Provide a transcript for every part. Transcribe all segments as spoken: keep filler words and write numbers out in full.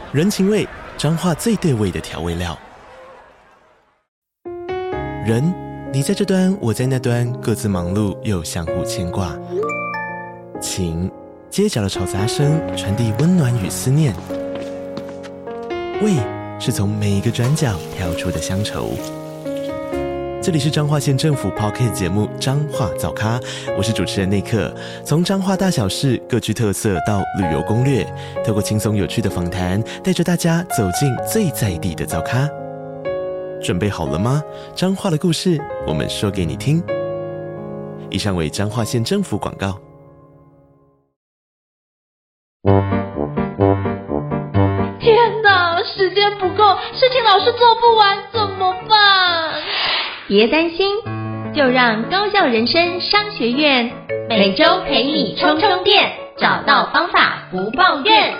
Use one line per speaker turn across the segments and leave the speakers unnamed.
人情味，彰化最对味的调味料。人，你在这端，我在那端，各自忙碌又相互牵挂。情，街角的吵杂声传递温暖与思念。味，是从每一个转角跳出的乡愁。这里是彰化县政府 Podcast 节目《彰化早咖》，我是主持人内克。从彰化大小事各具特色到旅游攻略，透过轻松有趣的访谈，带着大家走进最在地的早咖。准备好了吗？彰化的故事，我们说给你听。以上为彰化县政府广告。
天哪，时间不够，事情老是做不完，怎么办？
别担心，就让高效人生商学院每周陪你充充电，找到方法不抱怨。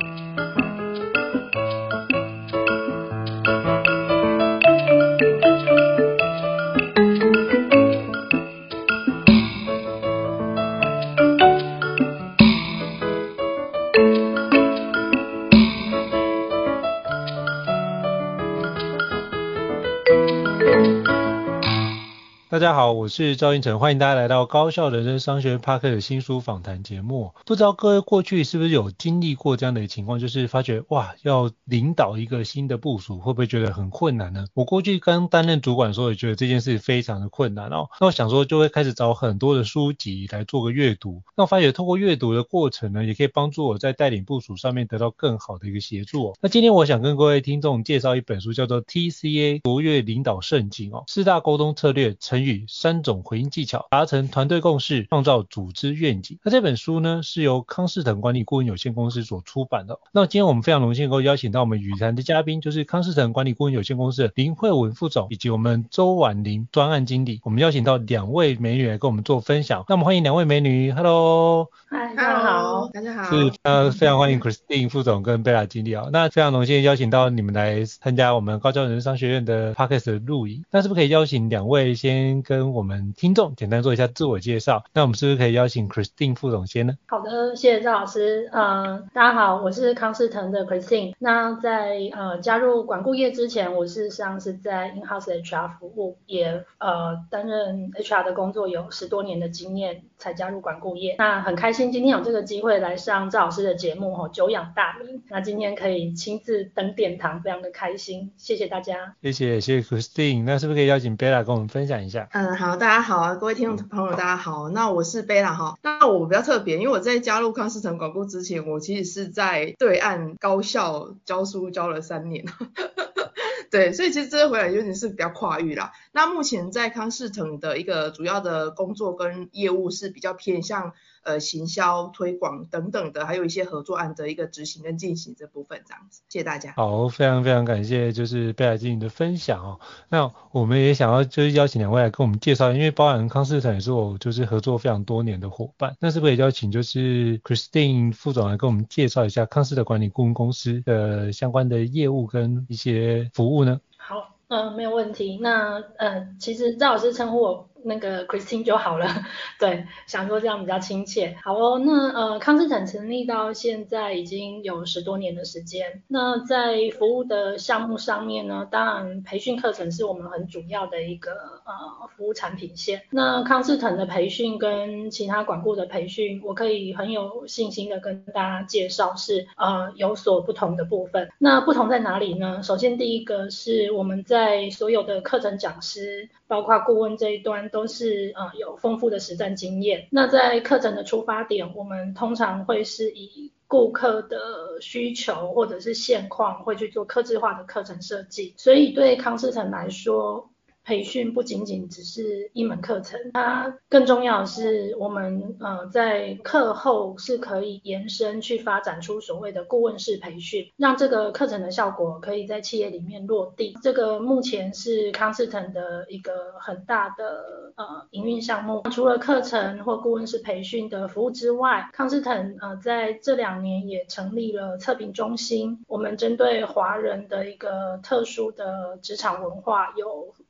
大家好，我是赵英成，欢迎大家来到高效人生商学院 Podcast 的新书访谈节目。不知道各位过去是不是有经历过这样的情况，就是发觉哇，要领导一个新的部署，会不会觉得很困难呢？我过去刚担任主管的时候，也觉得这件事非常的困难哦。那我想说，就会开始找很多的书籍来做个阅读。那我发觉透过阅读的过程呢，也可以帮助我在带领部署上面得到更好的一个协助哦。那今天我想跟各位听众介绍一本书，叫做 T C A 卓越领导圣经哦，四大沟通策略成语三种回应技巧，达成团队共识，创造组织愿景。那这本书呢，是由康士腾管理顾问有限公司所出版的、哦。那今天我们非常荣幸能够邀请到我们语谈的嘉宾，就是康士腾管理顾问有限公司的林慧文副总，以及我们周婉玲专案经理。我们邀请到两位美女来跟我们做分享。那我们欢迎两位美女 ，Hello，
嗨，大家好，大家好，
是呃非常欢迎 Christine 副总跟贝拉经理啊、哦。那非常荣幸邀请到你们来参加我们高教人生商学院的 Podcast 的录影。那是不是可以邀请两位先跟我们听众简单做一下自我介绍？那我们是不是可以邀请 Christine 副总先呢？
好的，谢谢赵老师。呃，大家好，我是康士腾的 Christine。那在呃加入管顾业之前，我事实上是在 in-house H R 服务，也呃担任 H R 的工作有十多年的经验，才加入管顾业。那很开心今天有这个机会来上赵老师的节目哦，久仰大名。那今天可以亲自登殿堂，非常的开心，谢谢大家。
谢谢谢谢 Christine。那是不是可以邀请 Bella 跟我们分享一下？
嗯，好，大家好啊，各位听众朋友大家好，那我是贝拉哈。那我比较特别，因为我在加入康士腾管顾之前，我其实是在对岸高校教书教了三年对，所以其实这回来有点是比较跨域啦。那目前在康士腾的一个主要的工作跟业务是比较偏向呃行销推广等等的，还有一些合作案的一个执行跟进行这部分这样子。谢谢大家。
好，非常非常感谢就是贝莱经理的分享哦。那我们也想要就是邀请两位来跟我们介绍，因为包含康士腾也是我就是合作非常多年的伙伴。那是不是也邀请就是 Christine 副总来跟我们介绍一下康士腾管理顾问公司的相关的业务跟一些服务呢？
好，嗯、呃，没有问题。那呃，其实赵老师称呼我那个 Christine 就好了，对，想说这样比较亲切。好哦，那呃康士腾成立到现在已经有十多年的时间。那在服务的项目上面呢，当然培训课程是我们很主要的一个呃服务产品线。那康士腾的培训跟其他管顾的培训，我可以很有信心的跟大家介绍是呃有所不同的部分。那不同在哪里呢？首先第一个是我们在所有的课程讲师，包括顾问这一端，都是呃有丰富的实战经验。那在课程的出发点，我们通常会是以顾客的需求或者是现况，会去做客制化的课程设计。所以对康士腾来说，培训不仅仅只是一门课程，它更重要的是我们呃在课后是可以延伸去发展出所谓的顾问式培训，让这个课程的效果可以在企业里面落地。这个目前是康士腾的一个很大的呃营运项目。除了课程或顾问式培训的服务之外，康士腾呃在这两年也成立了测评中心，我们针对华人的一个特殊的职场文化有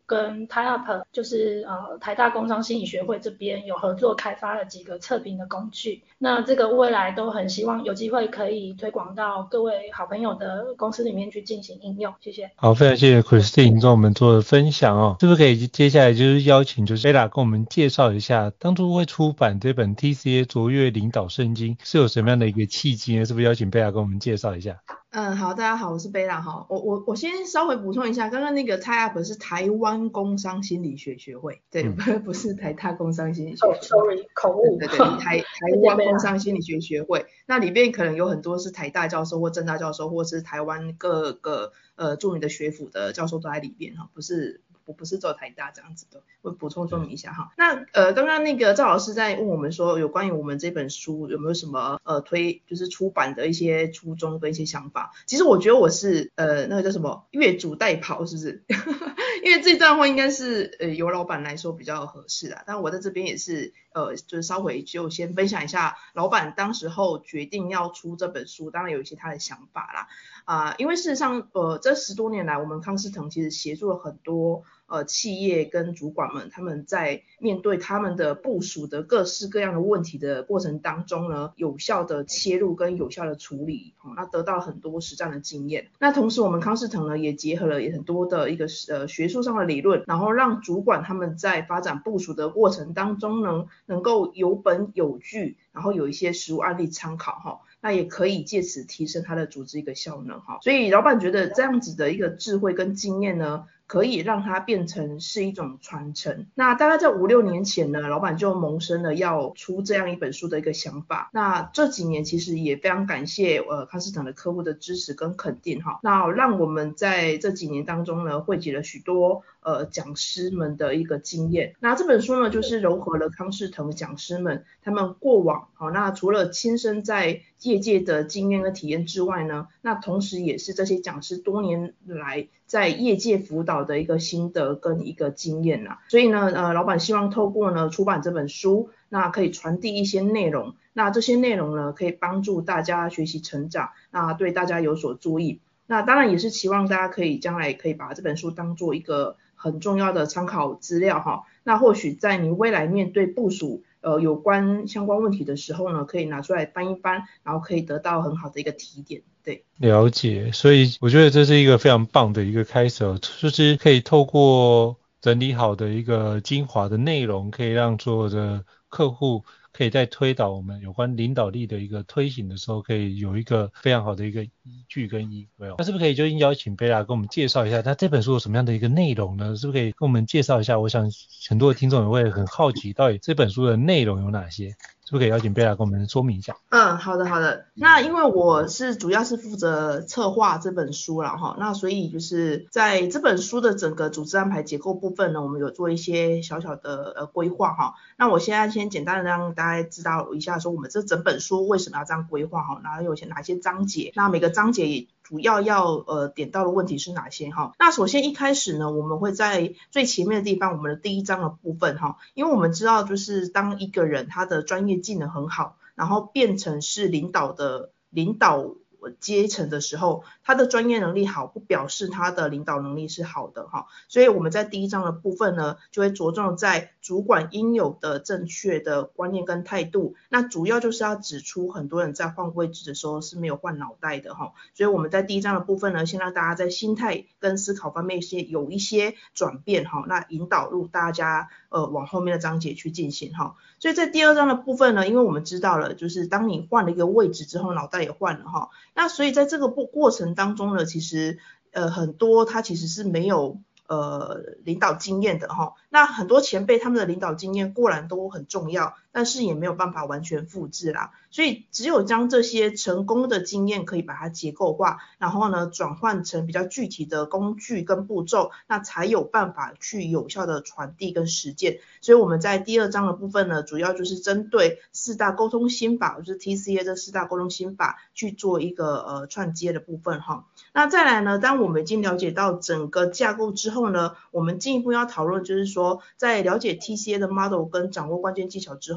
跟 tie up 就是呃台大工商心理学会这边有合作开发了几个测评的工具，那这个未来都很希望有机会可以推广到各位好朋友的公司里面去进行应用。谢谢。
好，非常谢谢 Christine 跟我们做的分享哦。是不是可以接下来就是邀请就是 Bella 跟我们介绍一下当初会出版这本 T C A 卓越领导圣经是有什么样的一个契机呢？是不是邀请 Bella 跟我们介绍一下？
嗯，好，大家好，我是贝拉哈。我我我先稍微补充一下，刚刚那个 tie up 是台湾工商心理学学会，对，嗯、不是台大工商心理学学会。
Oh, sorry， 口误。
对对对，台台湾工商心理学学会，那里面可能有很多是台大教授或政大教授，或是台湾各个呃著名的学府的教授都在里面哈，不是。我不是做台大这样子的，我补充说明一下哈。那呃，刚刚那个赵老师在问我们说，有关于我们这本书有没有什么呃推，就是出版的一些初衷跟一些想法。其实我觉得我是呃那个叫什么越俎代庖，是不是？因为这段话应该是呃由老板来说比较合适啦。但我在这边也是呃就是稍微就先分享一下老板当时候决定要出这本书，当然有一些他的想法啦。啊、呃，因为事实上呃这十多年来，我们康斯腾其实协助了很多。呃，企业跟主管们他们在面对他们的部署的各式各样的问题的过程当中呢，有效的切入跟有效的处理，哦、那得到很多实战的经验。那同时我们康士腾呢也结合了很多的一个呃学术上的理论，然后让主管他们在发展部署的过程当中呢，能够有本有据，然后有一些实务案例参考哈。那也可以借此提升他的组织一个效能哈，所以老板觉得这样子的一个智慧跟经验呢，可以让它变成是一种传承。那大概在五六年前呢，老板就萌生了要出这样一本书的一个想法。那这几年其实也非常感谢呃康斯腾的客户的支持跟肯定哈，那让我们在这几年当中呢，汇集了许多呃讲师们的一个经验。那这本书呢，就是糅合了康士腾讲师们他们过往好，那除了亲身在业界的经验跟体验之外呢，那同时也是这些讲师多年来在业界辅导的一个心得跟一个经验啦。所以呢，呃，老板希望透过呢出版这本书，那可以传递一些内容，那这些内容呢可以帮助大家学习成长，那对大家有所注意。那当然也是期望大家可以将来可以把这本书当做一个很重要的参考资料哈。那或许在你未来面对部署呃有关相关问题的时候呢，可以拿出来翻一翻，然后可以得到很好的一个提点。对，
了解。所以我觉得这是一个非常棒的一个开始哦，就是可以透过整理好的一个精华的内容，可以让所有的客户可以在推导我们有关领导力的一个推行的时候，可以有一个非常好的一个依据跟依归哦。那是不是可以就邀请贝拉跟我们介绍一下，那这本书有什么样的一个内容呢？是不是可以跟我们介绍一下？我想很多的听众也会很好奇，到底这本书的内容有哪些？是不是可以邀请贝拉跟我们说明一下？
嗯，好的好的。那因为我是主要是负责策划这本书啦哈，那所以就是在这本书的整个组织安排结构部分呢，我们有做一些小小的呃规划哈。那我现在先简单的让大家知道一下，说我们这整本书为什么要这样规划哈，然后有些哪些章节，那每个章节也主要要呃点到的问题是哪些哈？那首先一开始呢，我们会在最前面的地方，我们的第一章的部分哈，因为我们知道就是当一个人他的专业技能很好，然后变成是领导的领导阶层的时候，他的专业能力好不表示他的领导能力是好的哈，所以我们在第一章的部分呢，就会着重在主管应有的正确的观念跟态度，那主要就是要指出很多人在换位置的时候是没有换脑袋的哈，所以我们在第一章的部分呢，先让大家在心态跟思考方面一些有一些转变哈，那引导入大家呃往后面的章节去进行哈，所以在第二章的部分呢，因为我们知道了，就是当你换了一个位置之后，脑袋也换了哈，那所以在这个过过程当中呢，其实呃很多他其实是没有呃领导经验的哈，那很多前辈他们的领导经验固然都很重要，但是也没有办法完全复制啦，所以只有将这些成功的经验可以把它结构化，然后呢转换成比较具体的工具跟步骤，那才有办法去有效的传递跟实践。所以我们在第二章的部分呢，主要就是针对四大沟通心法，就是 T C A 这四大沟通心法去做一个呃串接的部分哈。那再来呢，当我们已经了解到整个架构之后呢，我们进一步要讨论就是说，在了解 T C A 的 model 跟掌握关键技巧之后，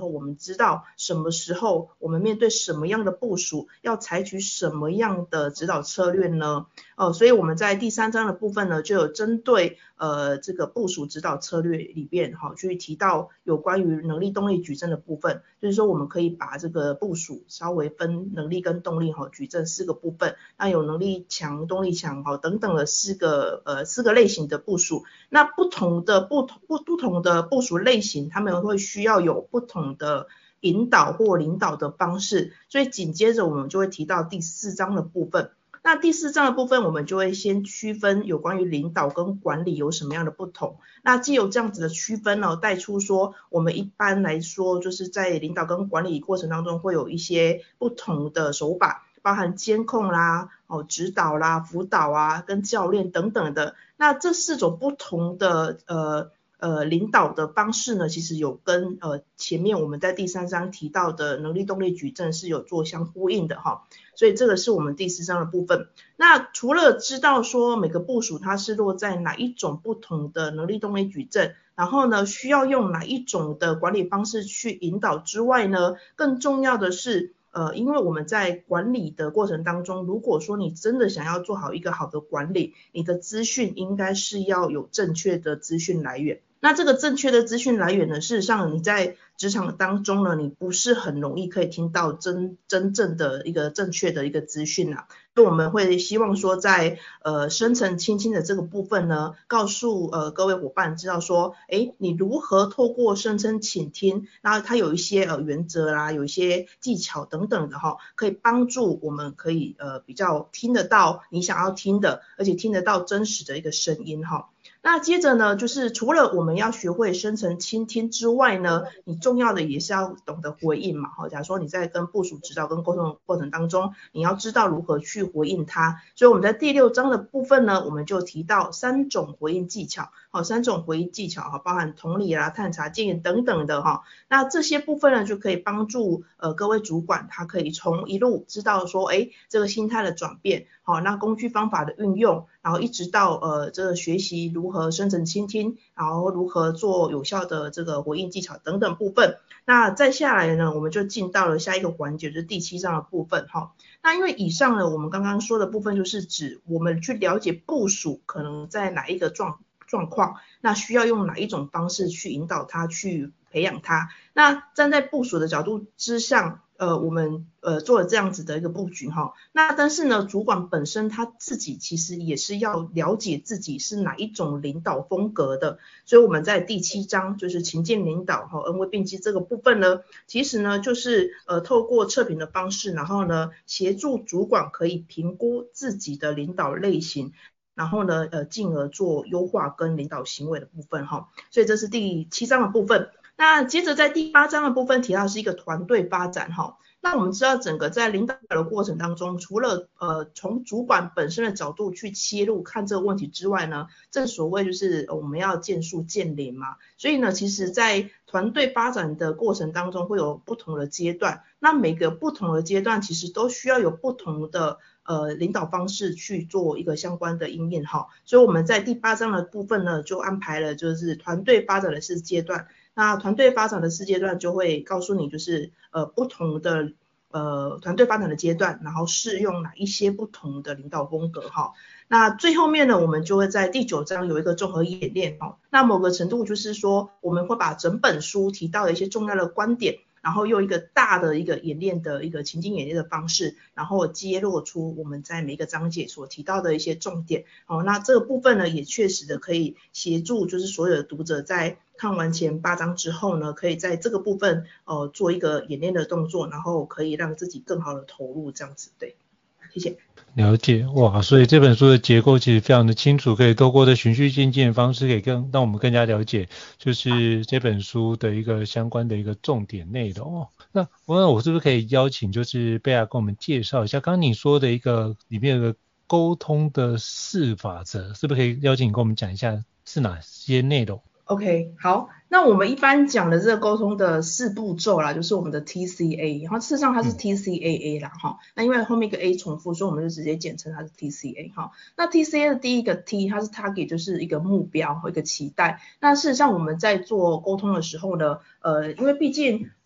我们知道什么时候我们面对什么样的部署要采取什么样的指导策略呢？呃，所以我们在第三章的部分呢，就有针对呃这个部署指导策略里边哈，去提到有关于能力、动力、矩阵的部分，就是说我们可以把这个部署稍微分能力跟动力哈、矩阵四个部分，那有能力强、动力强哈等等的四个呃四个类型的部署。那不同的不同不不同的部署类型，他们会需要有不同的引导或领导的方式，所以紧接着我们就会提到第四章的部分。那第四章的部分，我们就会先区分有关于领导跟管理有什么样的不同。那藉由这样子的区分呢，带出说我们一般来说就是在领导跟管理过程当中会有一些不同的手法，包含监控啦、哦、指导啦、辅导啊、跟教练等等的。那这四种不同的呃呃领导的方式呢，其实有跟呃前面我们在第三章提到的能力、动力、矩阵是有做相呼应的哈。所以这个是我们第四章的部分。那除了知道说每个部署它是落在哪一种不同的能力、动力、矩阵，然后呢需要用哪一种的管理方式去引导之外呢，更重要的是呃，因为我们在管理的过程当中，如果说你真的想要做好一个好的管理，你的资讯应该是要有正确的资讯来源。那这个正确的资讯来源呢，事实上你在职场当中呢，你不是很容易可以听到真真正的一个正确的一个资讯啊。所以我们会希望说在呃深层倾听的这个部分呢，告诉呃各位伙伴知道说，诶，你如何透过深层倾听，然后它有一些呃原则啦，有一些技巧等等的哈，可以帮助我们可以呃比较听得到你想要听的，而且听得到真实的一个声音哈。那接着呢，就是除了我们要学会深层倾听之外呢，你重要的也是要懂得回应嘛。假如说你在跟部属指导跟沟通的过程当中，你要知道如何去回应它。所以我们在第六章的部分呢，我们就提到三种回应技巧，好，三种回应技巧包含同理啦、探查、建议等等的哈。那这些部分呢，就可以帮助呃各位主管，他可以从一路知道说，哎，这个心态的转变，好，那工具方法的运用，然后一直到呃这个学习如何深层倾听，然后如何做有效的这个回应技巧等等部分。那再下来呢，我们就进到了下一个环节，就是第七章的部分哈。那因为以上呢，我们刚刚说的部分就是指我们去了解部属可能在哪一个状状况，那需要用哪一种方式去引导他，去培养他。那站在部属的角度之上，呃，我们呃做了这样子的一个布局哈。那但是呢，主管本身他自己其实也是要了解自己是哪一种领导风格的。所以我们在第七章就是情境领导哈，恩威并济这个部分呢，其实呢就是呃透过测评的方式，然后呢协助主管可以评估自己的领导类型。然后呢，呃，进而做优化跟领导行为的部分哈，所以这是第七章的部分。那接着在第八章的部分提到是一个团队发展哈。那我们知道整个在领导的过程当中，除了呃从主管本身的角度去切入看这个问题之外呢，正所谓就是我们要见树见林嘛。所以呢，其实在团队发展的过程当中会有不同的阶段，那每个不同的阶段其实都需要有不同的呃领导方式去做一个相关的应用哈。所以我们在第八章的部分呢，就安排了就是团队发展的四阶段。那团队发展的四阶段就会告诉你就是呃不同的呃团队发展的阶段，然后适用哪一些不同的领导风格哈。那最后面呢，我们就会在第九章有一个综合演练哈。那某个程度就是说，我们会把整本书提到的一些重要的观点，然后用一个大的一个演练的一个情境演练的方式，然后揭露出我们在每一个章节所提到的一些重点。好，那这个部分呢，也确实的可以协助就是所有的读者在看完前八章之后呢，可以在这个部分呃做一个演练的动作，然后可以让自己更好的投入这样子。对，谢谢。
了解，哇，所以这本书的结构其实非常的清楚，可以透过这循序渐进的方式，可以更让我们更加了解，就是这本书的一个相关的一个重点内容。那我我是不是可以邀请就是贝亚跟我们介绍一下，刚刚你说的一个里面有个沟通的四法则，是不是可以邀请你跟我们讲一下是哪些内容？
OK， 好，那我们一般讲的这个沟通的四步骤啦，就是我们的 T C A， 然后事实上它是 T C A A 啦哈、嗯，那因为后面一个 A 重复，所以我们就直接简称它是 T C A 哈。那 T C A 的第一个 T， 它是 target， 就是一个目标或一个期待。那事实上我们在做沟通的时候呢，呃，因为毕竟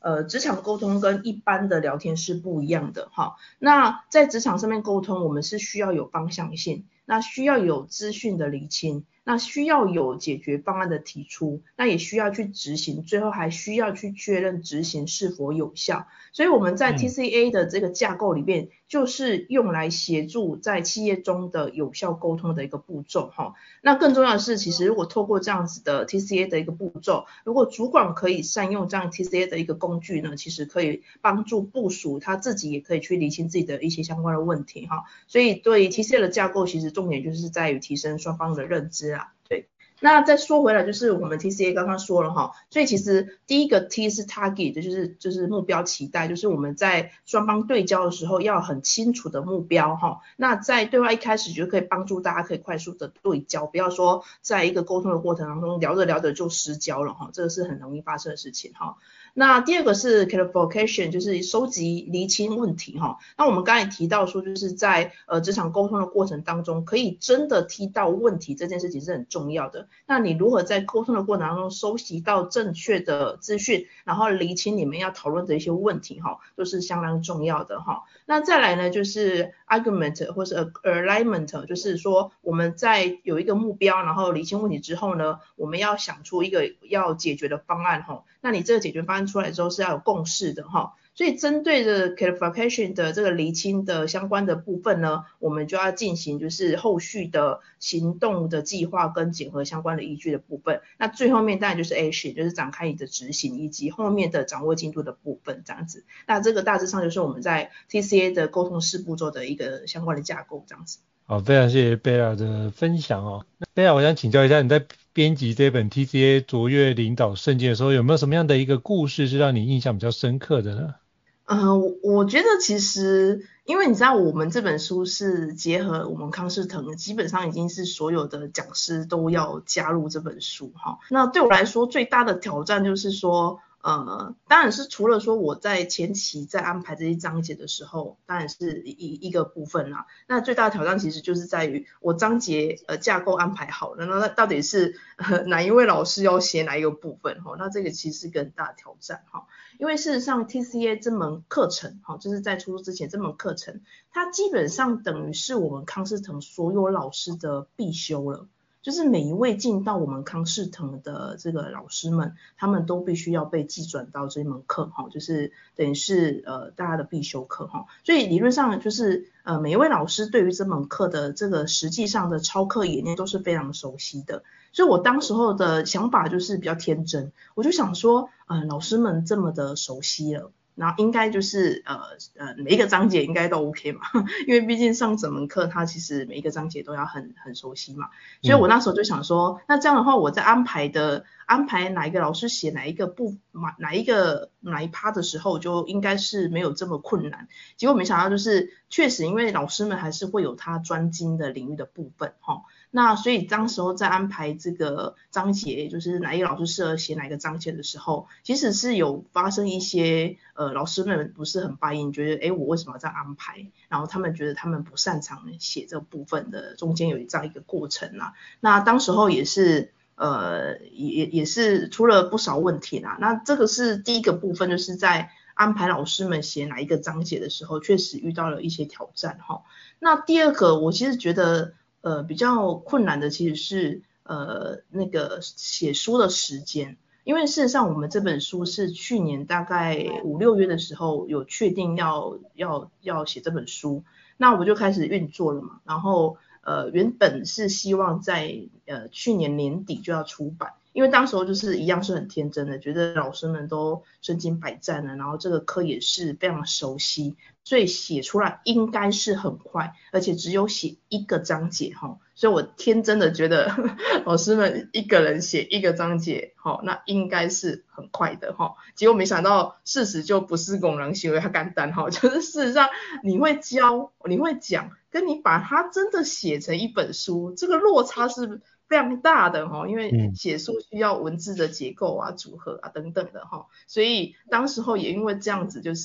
呃，职场沟通跟一般的聊天是不一样的哈。那在职场上面沟通，我们是需要有方向性，那需要有资讯的厘清，那需要有解决方案的提出，那也需要去执行，最后还需要去确认执行是否有效。所以我们在 T C A 的这个架构里面，就是用来协助在企业中的有效沟通的一个步骤哈。那更重要的是，其实如果透过这样子的 T C A 的一个步骤，如果主管可以善用这样 T C A 的一个工具呢，其实可以帮助部属他自己也可以去厘清自己的一些相关的问题哈。所以对 T C A 的架构，其实重点就是在于提升双方的认知啊。对，那再说回来，就是我们 T C A 刚刚说了哈，所以其实第一个 T 是 target， 就是就是目标期待，就是我们在双方对焦的时候要很清楚的目标哈。那在对话一开始就可以帮助大家可以快速的对焦，不要说在一个沟通的过程当中聊着聊着就失焦了哈，这个是很容易发生的事情哈。那第二个是 clarification， 就是收集厘清问题哈。那我们刚才提到说，就是在呃职场沟通的过程当中，可以真的提到问题这件事情是很重要的。那你如何在沟通的过程当中收集到正确的资讯，然后厘清你们要讨论的一些问题哈，都是相当重要的哈。那再来呢，就是 argument 或是 alignment， 就是说我们在有一个目标，然后厘清问题之后呢，我们要想出一个要解决的方案哈。那你这个解决方案出来之后是要有共识的哈。所以针对的 clarification 的这个厘清的相关的部分呢，我们就要进行就是后续的行动的计划跟检核相关的依据的部分。那最后面当然就是 action， 就是展开你的执行以及后面的掌握进度的部分这样子。那这个大致上就是我们在 T C A 的沟通四步骤的一个相关的架构这样子。
好，非常谢谢贝拉的分享哦。贝拉，我想请教一下，你在编辑这本 T C A 卓越领导圣经的时候，有没有什么样的一个故事是让你印象比较深刻的呢？
呃，我我觉得其实，因为你知道我们这本书是结合我们康士腾，基本上已经是所有的讲师都要加入这本书哈。那对我来说最大的挑战就是说，呃，当然是除了说我在前期在安排这些章节的时候，当然是一一个部分啦。那最大的挑战其实就是在于我章节呃架构安排好了，那到底是呃哪一位老师要写哪一个部分哈？那这个其实是一个很大的挑战哈。因为事实上 T C A 这门课程哈，就是在出书之前这门课程，它基本上等于是我们康士腾所有老师的必修了。就是每一位进到我们康士腾的这个老师们，他们都必须要被技转到这门课哈，就是等于是呃大家的必修课哈。所以理论上就是呃每一位老师对于这门课的这个实际上的操课演练都是非常熟悉的。所以我当时候的想法就是比较天真，我就想说，呃老师们这么的熟悉了。然后应该就是呃呃每一个章节应该都 OK 嘛，因为毕竟上整门课它其实每一个章节都要很很熟悉嘛，所以我那时候就想说，那这样的话我在安排的安排哪一个老师写哪一个部哪哪一个哪一趴的时候，就应该是没有这么困难。结果没想到就是确实因为老师们还是会有他专精的领域的部分哈。那所以当时候在安排这个章节，就是哪一个老师适合写哪一个章节的时候，其实是有发生一些呃老师们不是很答应，觉得哎我为什么要这样安排？然后他们觉得他们不擅长写这个部分的，中间有这样一个过程啦。那当时候也是呃也也是出了不少问题啦。那这个是第一个部分，就是在安排老师们写哪一个章节的时候，确实遇到了一些挑战哈。那第二个我其实觉得呃，比较困难的其实是呃那个写书的时间，因为事实上我们这本书是去年大概五六月的时候有确定要要要写这本书，那我就开始运作了嘛，然后呃原本是希望在呃去年年底就要出版。因为当时候就是一样是很天真的，觉得老师们都身经百战了，然后这个课也是非常熟悉，所以写出来应该是很快，而且只有写一个章节哈，所以我天真的觉得呵呵老师们一个人写一个章节哈，那应该是很快的哈。结果没想到事实就不是拱狼行为，他干单哈，就是事实上你会教，你会讲，跟你把它真的写成一本书，这个落差是非常大的哈，因为写书需要文字的结构啊、组合啊等等的哈，所以当时候也因为这样子，就是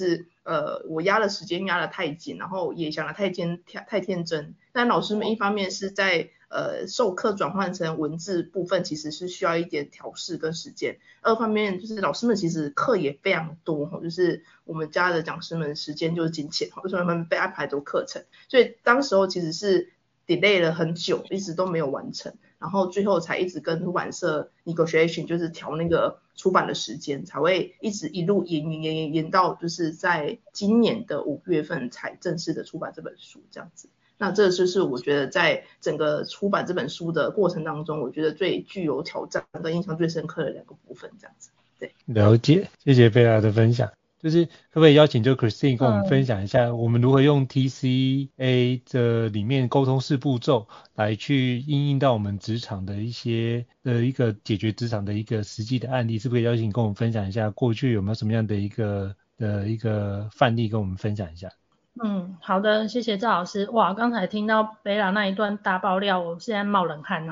呃，我压的时间压得太紧，然后也想得太天太天真。但老师们一方面是在呃授课转换成文字部分，其实是需要一点调试跟时间。二方面就是老师们其实课也非常多，就是我们家的讲师们时间就是金钱，所以他们被安排多课程，所以当时候其实是 delay 了很久，一直都没有完成。然后最后才一直跟出版社 negotiation， 就是调那个出版的时间，才会一直一路延延延延延到就是在今年的五月份才正式的出版这本书这样子。那这就是我觉得在整个出版这本书的过程当中，我觉得最具有挑战跟印象最深刻的两个部分这样子。对，
了解，谢谢贝拉的分享。就是可不可以邀请就 Christine 跟我们分享一下，我们如何用 T C A 这里面沟通四步骤来去因应到我们职场的一些的一个解决职场的一个实际的案例，是不是可以邀请跟我们分享一下过去有没有什么样的一个的一个范例跟我们分享一下？
嗯，好的，谢谢赵老师。哇，刚才听到贝拉那一段大爆料，我现在冒冷汗哦。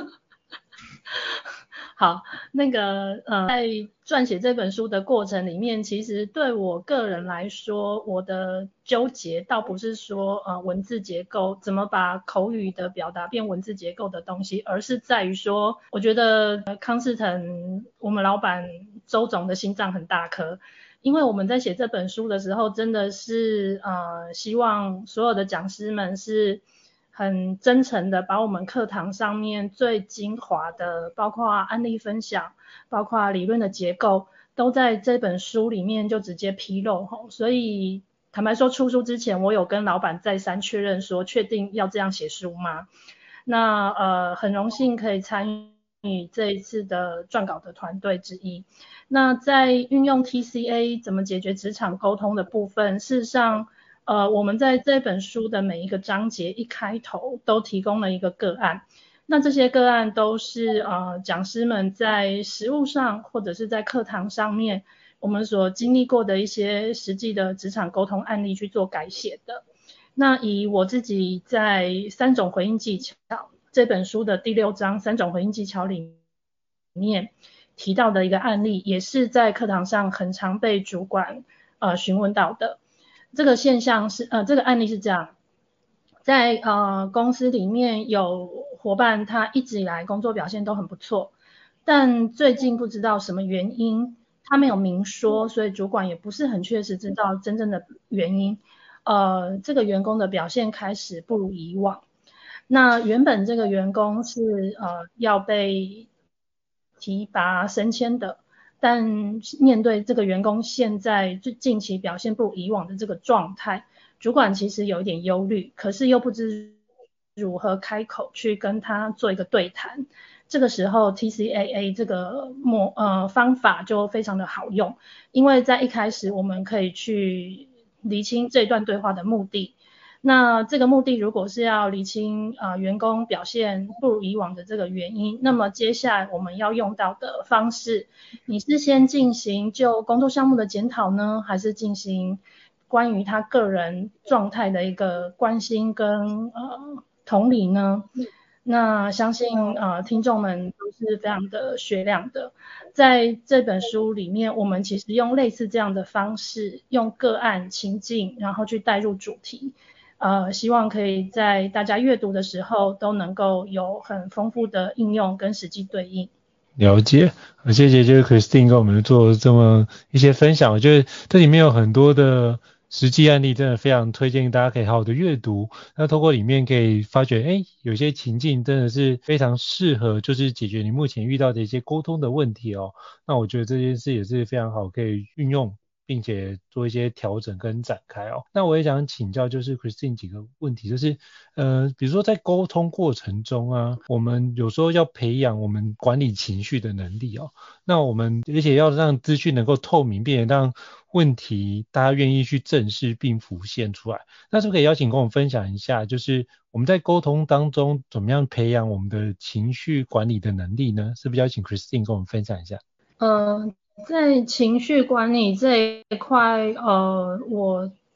好，那个呃，在撰写这本书的过程里面，其实对我个人来说，我的纠结倒不是说呃文字结构怎么把口语的表达变文字结构的东西，而是在于说，我觉得呃康士腾我们老板周总的心脏很大颗。因为我们在写这本书的时候，真的是呃希望所有的讲师们是很真诚的把我们课堂上面最精华的，包括案例分享，包括理论的结构，都在这本书里面就直接披露。所以坦白说，出书之前我有跟老板再三确认说，确定要这样写书吗？那呃很荣幸可以参与这一次的撰稿的团队之一。那在运用 T C A 怎么解决职场沟通的部分，事实上呃，我们在这本书的每一个章节一开头都提供了一个个案，那这些个案都是呃讲师们在实务上或者是在课堂上面我们所经历过的一些实际的职场沟通案例去做改写的。那以我自己在三种回应技巧这本书的第六章三种回应技巧里面提到的一个案例，也是在课堂上很常被主管呃询问到的。这个现象是呃这个案例是这样，在呃公司里面有伙伴他一直以来工作表现都很不错，但最近不知道什么原因他没有明说，所以主管也不是很确实知道真正的原因，呃这个员工的表现开始不如以往。那原本这个员工是呃要被提拔升迁的，但面对这个员工现在就近期表现不如以往的这个状态，主管其实有一点忧虑，可是又不知如何开口去跟他做一个对谈。这个时候 T C A A 这个模呃方法就非常的好用，因为在一开始我们可以去厘清这段对话的目的。那这个目的如果是要厘清呃员工表现不如以往的这个原因，那么接下来我们要用到的方式，你是先进行就工作项目的检讨呢，还是进行关于他个人状态的一个关心跟呃同理呢？那相信呃听众们都是非常的雪亮的，在这本书里面我们其实用类似这样的方式，用个案情境然后去带入主题，呃希望可以在大家阅读的时候都能够有很丰富的应用跟实际对应。
了解，谢谢就是 Christine 跟我们做这么一些分享，我觉得这里面有很多的实际案例，真的非常推荐大家可以好好的阅读。那透过里面可以发觉，哎，有些情境真的是非常适合，就是解决你目前遇到的一些沟通的问题哦。那我觉得这件事也是非常好，可以运用，并且做一些调整跟展开哦。那我也想请教就是 Christine 几个问题，就是呃，比如说在沟通过程中啊，我们有时候要培养我们管理情绪的能力哦。那我们而且要让资讯能够透明，并且让问题大家愿意去正视并浮现出来。那是不是可以邀请跟我们分享一下，就是我们在沟通当中怎么样培养我们的情绪管理的能力呢？是不是邀请 Christine 跟我们分享一下？
呃在情绪管理这一块，呃，我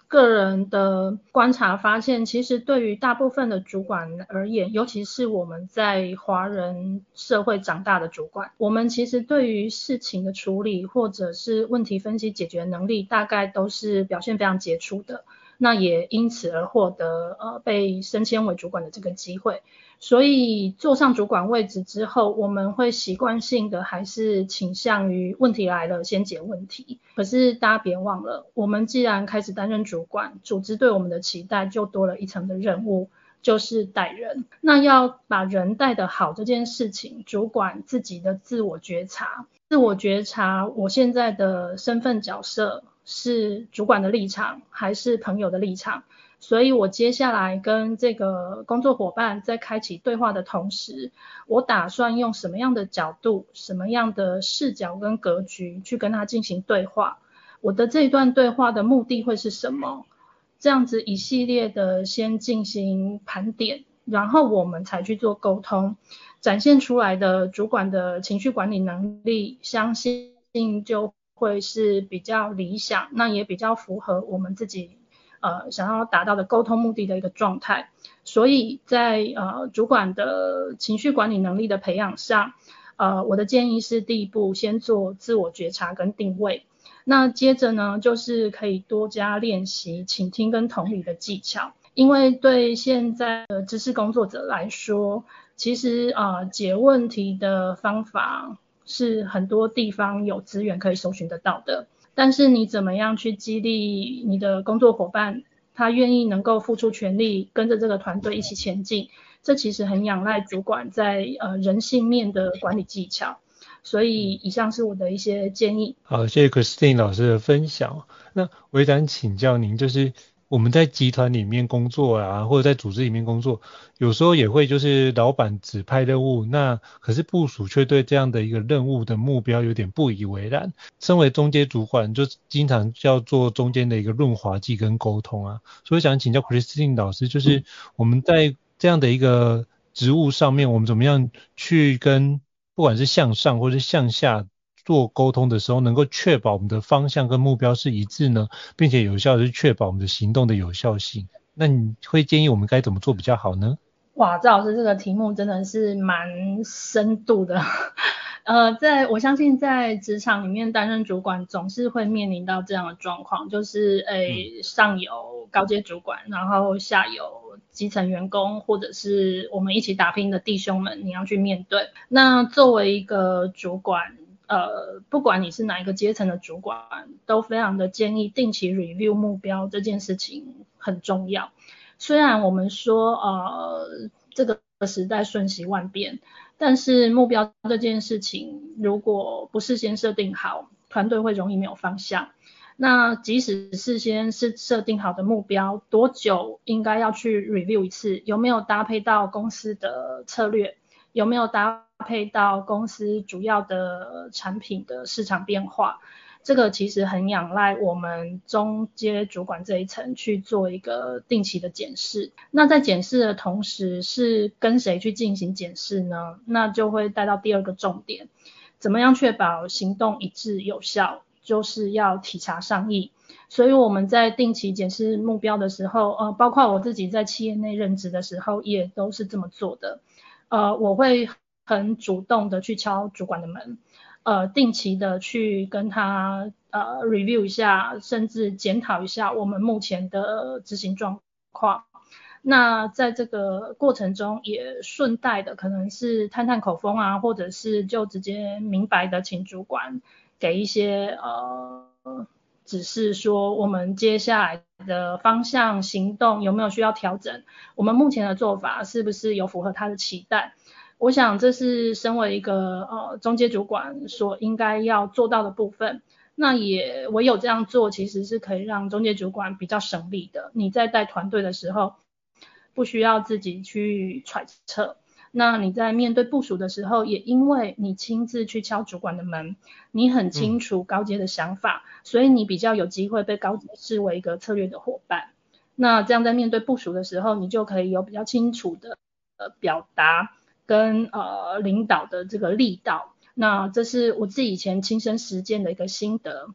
个人的观察发现，其实对于大部分的主管而言，尤其是我们在华人社会长大的主管，我们其实对于事情的处理或者是问题分析解决能力，大概都是表现非常杰出的，那也因此而获得呃被升迁为主管的这个机会。所以坐上主管位置之后，我们会习惯性的还是倾向于问题来了先解问题。可是大家别忘了，我们既然开始担任主管，组织对我们的期待就多了一层的任务，就是带人。那要把人带得好这件事情，主管自己的自我觉察，自我觉察我现在的身份角色是主管的立场还是朋友的立场。所以我接下来跟这个工作伙伴在开启对话的同时，我打算用什么样的角度、什么样的视角跟格局去跟他进行对话，我的这一段对话的目的会是什么，这样子一系列的先进行盘点，然后我们才去做沟通，展现出来的主管的情绪管理能力，相信就会是比较理想，那也比较符合我们自己呃，想要达到的沟通目的的一个状态。所以在呃主管的情绪管理能力的培养上，呃，我的建议是第一步先做自我觉察跟定位。那接着呢，就是可以多加练习倾听跟同理的技巧。因为对现在的知识工作者来说，其实呃解问题的方法是很多地方有资源可以搜寻得到的。但是你怎么样去激励你的工作伙伴，他愿意能够付出全力跟着这个团队一起前进，这其实很仰赖主管在呃人性面的管理技巧。所以以上是我的一些建议。
好，谢谢 Christine 老师的分享。那我也想请教您，就是我们在集团里面工作啊，或者在组织里面工作，有时候也会就是老板指派任务，那可是部属却对这样的一个任务的目标有点不以为然。身为中阶主管，就经常要做中间的一个润滑剂跟沟通啊，所以想请教 Christine 老师，就是我们在这样的一个职务上面，我们怎么样去跟不管是向上或是向下做沟通的时候，能够确保我们的方向跟目标是一致呢，并且有效的去确保我们的行动的有效性。那你会建议我们该怎么做比较好呢？
哇，赵老师这个题目真的是蛮深度的。呃，在我相信在职场里面担任主管总是会面临到这样的状况，就是诶、嗯、上有高阶主管，然后下有基层员工，或者是我们一起打拼的弟兄们，你要去面对。那作为一个主管，呃，不管你是哪一个阶层的主管，都非常的建议定期 review 目标，这件事情很重要。虽然我们说呃这个时代瞬息万变，但是目标这件事情如果不事先设定好，团队会容易没有方向。那即使事先是设定好的目标，多久应该要去 review 一次，有没有搭配到公司的策略，有没有搭配到公司主要的产品的市场变化，这个其实很仰赖我们中阶主管这一层去做一个定期的检视。那在检视的同时，是跟谁去进行检视呢？那就会带到第二个重点，怎么样确保行动一致有效，就是要体察上意。所以我们在定期检视目标的时候，呃，包括我自己在企业内任职的时候，也都是这么做的。呃，我会很主动的去敲主管的门，呃，定期的去跟他呃 review 一下，甚至检讨一下我们目前的执行状况。那在这个过程中，也顺带的可能是探探口风啊，或者是就直接明白的请主管给一些呃指示，说我们接下来的方向行动有没有需要调整，我们目前的做法是不是有符合他的期待。我想这是身为一个呃中阶主管所应该要做到的部分。那也唯有这样做，其实是可以让中阶主管比较省力的。你在带团队的时候，不需要自己去揣测。那你在面对部署的时候，也因为你亲自去敲主管的门，你很清楚高阶的想法，嗯、所以你比较有机会被高阶视为一个策略的伙伴。那这样在面对部署的时候，你就可以有比较清楚的呃表达跟呃领导的这个力道。那这是我自己以前亲身实践的一个心得。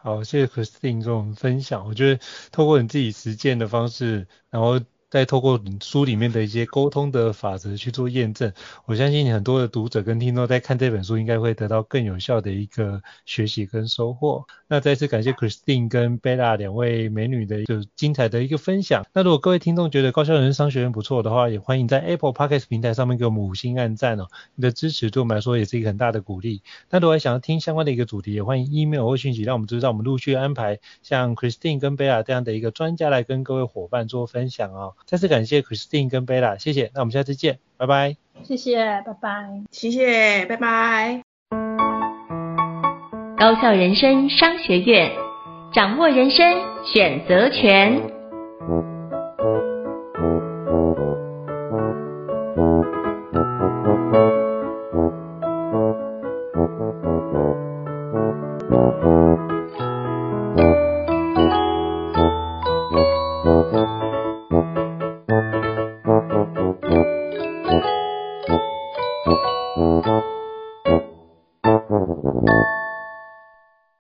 好，谢谢 Christine 跟我们分享。我觉得透过你自己实践的方式，然后再透过你书里面的一些沟通的法则去做验证，我相信很多的读者跟听众在看这本书应该会得到更有效的一个学习跟收获。那再次感谢 Christine 跟 Bella 两位美女的一个精彩的一个分享。那如果各位听众觉得高效人生商学院不错的话，也欢迎在 Apple Podcast 平台上面给我们五星按赞哦，你的支持对我们来说也是一个很大的鼓励。那如果还想要听相关的一个主题，也欢迎 email 或讯息让我们知道，我们陆续安排像 Christine 跟 Bella 这样的一个专家来跟各位伙伴做分享哦。再次感谢 Christine 跟 Bella， 谢谢，那我们下次见，拜拜。
谢谢，拜拜。
谢谢，拜拜。
高效人生商学院，掌握人生选择权。
Thank you.